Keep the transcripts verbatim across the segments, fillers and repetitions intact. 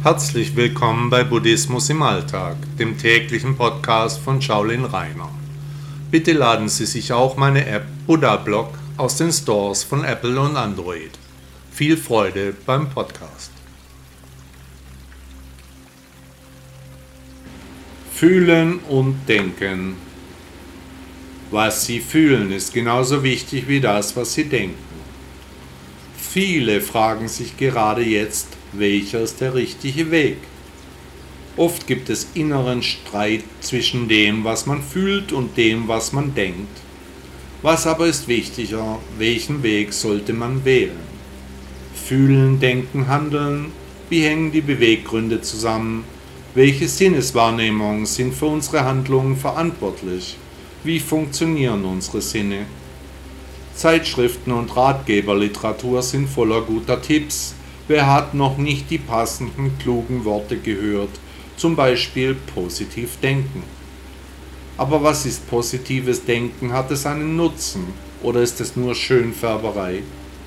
Herzlich willkommen bei Buddhismus im Alltag, dem täglichen Podcast von Shaolin Rainer. Bitte laden Sie sich auch meine App Buddha Blog aus den Stores von Apple und Android. Viel Freude beim Podcast. Fühlen und Denken. Was Sie fühlen, ist genauso wichtig wie das, was Sie denken. Viele fragen sich gerade jetzt, welcher ist der richtige Weg? Oft gibt es inneren Streit zwischen dem, was man fühlt und dem, was man denkt. Was aber ist wichtiger? Welchen Weg sollte man wählen? Fühlen, denken, handeln? Wie hängen die Beweggründe zusammen? Welche Sinneswahrnehmungen sind für unsere Handlungen verantwortlich? Wie funktionieren unsere Sinne? Zeitschriften und Ratgeberliteratur sind voller guter Tipps. Wer hat noch nicht die passenden, klugen Worte gehört? Zum Beispiel positiv denken. Aber was ist positives Denken? Hat es einen Nutzen oder ist es nur Schönfärberei?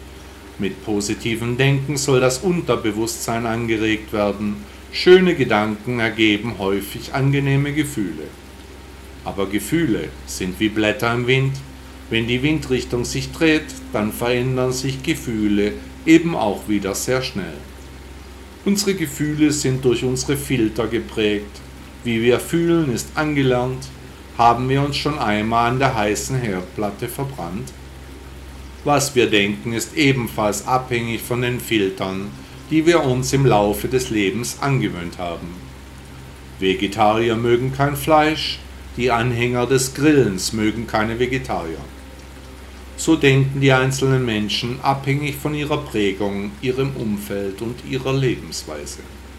Mit positivem Denken soll das Unterbewusstsein angeregt werden. Schöne Gedanken ergeben häufig angenehme Gefühle. Aber Gefühle sind wie Blätter im Wind. Wenn die Windrichtung sich dreht, dann verändern sich Gefühle eben auch wieder sehr schnell. Unsere Gefühle sind durch unsere Filter geprägt. Wie wir fühlen, ist angelernt. Haben wir uns schon einmal an der heißen Herdplatte verbrannt? Was wir denken, ist ebenfalls abhängig von den Filtern, die wir uns im Laufe des Lebens angewöhnt haben. Vegetarier mögen kein Fleisch, die Anhänger des Grillens mögen keine Vegetarier. So denken die einzelnen Menschen abhängig von ihrer Prägung, ihrem Umfeld und ihrer Lebensweise.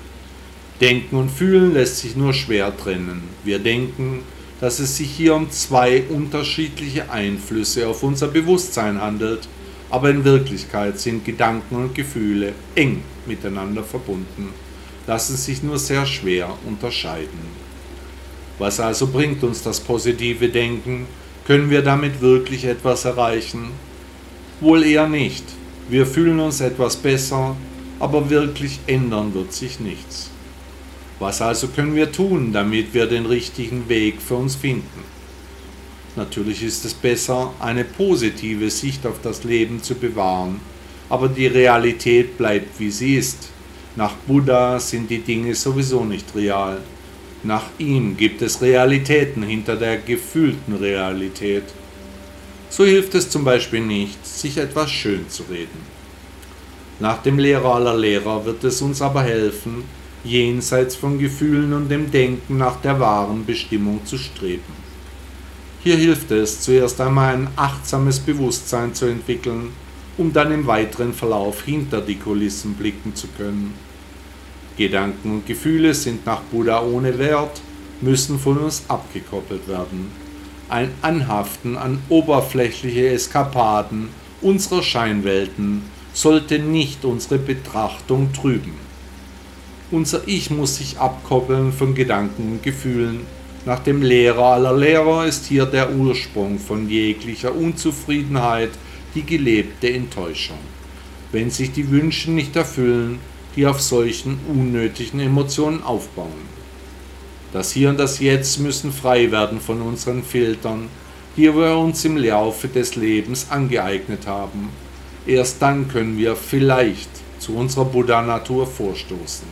Denken und Fühlen lässt sich nur schwer trennen. Wir denken, dass es sich hier um zwei unterschiedliche Einflüsse auf unser Bewusstsein handelt, aber in Wirklichkeit sind Gedanken und Gefühle eng miteinander verbunden, lassen sich nur sehr schwer unterscheiden. Was also bringt uns das positive Denken? Können wir damit wirklich etwas erreichen? Wohl eher nicht. Wir fühlen uns etwas besser, aber wirklich ändern wird sich nichts. Was also können wir tun, damit wir den richtigen Weg für uns finden? Natürlich ist es besser, eine positive Sicht auf das Leben zu bewahren, aber die Realität bleibt, wie sie ist. Nach Buddha sind die Dinge sowieso nicht real. Nach ihm gibt es Realitäten hinter der gefühlten Realität. So hilft es zum Beispiel nicht, sich etwas schön zu reden. Nach dem Lehrer aller Lehrer wird es uns aber helfen, jenseits von Gefühlen und dem Denken nach der wahren Bestimmung zu streben. Hier hilft es, zuerst einmal ein achtsames Bewusstsein zu entwickeln, um dann im weiteren Verlauf hinter die Kulissen blicken zu können. Gedanken und Gefühle sind nach Buddha ohne Wert, müssen von uns abgekoppelt werden. Ein Anhaften an oberflächliche Eskapaden unserer Scheinwelten sollte nicht unsere Betrachtung trüben. Unser Ich muss sich abkoppeln von Gedanken und Gefühlen. Nach dem Lehrer aller Lehrer ist hier der Ursprung von jeglicher Unzufriedenheit die gelebte Enttäuschung. Wenn sich die Wünsche nicht erfüllen, die auf solchen unnötigen Emotionen aufbauen. Das Hier und das Jetzt müssen frei werden von unseren Filtern, die wir uns im Laufe des Lebens angeeignet haben. Erst dann können wir vielleicht zu unserer Buddha-Natur vorstoßen.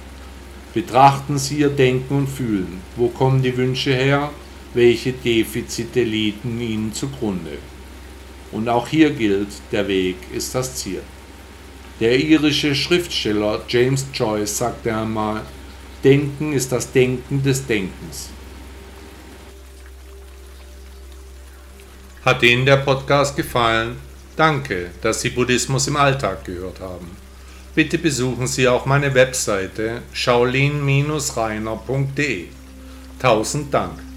Betrachten Sie Ihr Denken und Fühlen. Wo kommen die Wünsche her? Welche Defizite liegen ihnen zugrunde? Und auch hier gilt, der Weg ist das Ziel. Der irische Schriftsteller James Joyce sagte einmal, Denken ist das Denken des Denkens. Hat Ihnen der Podcast gefallen? Danke, dass Sie Buddhismus im Alltag gehört haben. Bitte besuchen Sie auch meine Webseite shaolin Bindestrich rainer punkt de. Tausend Dank.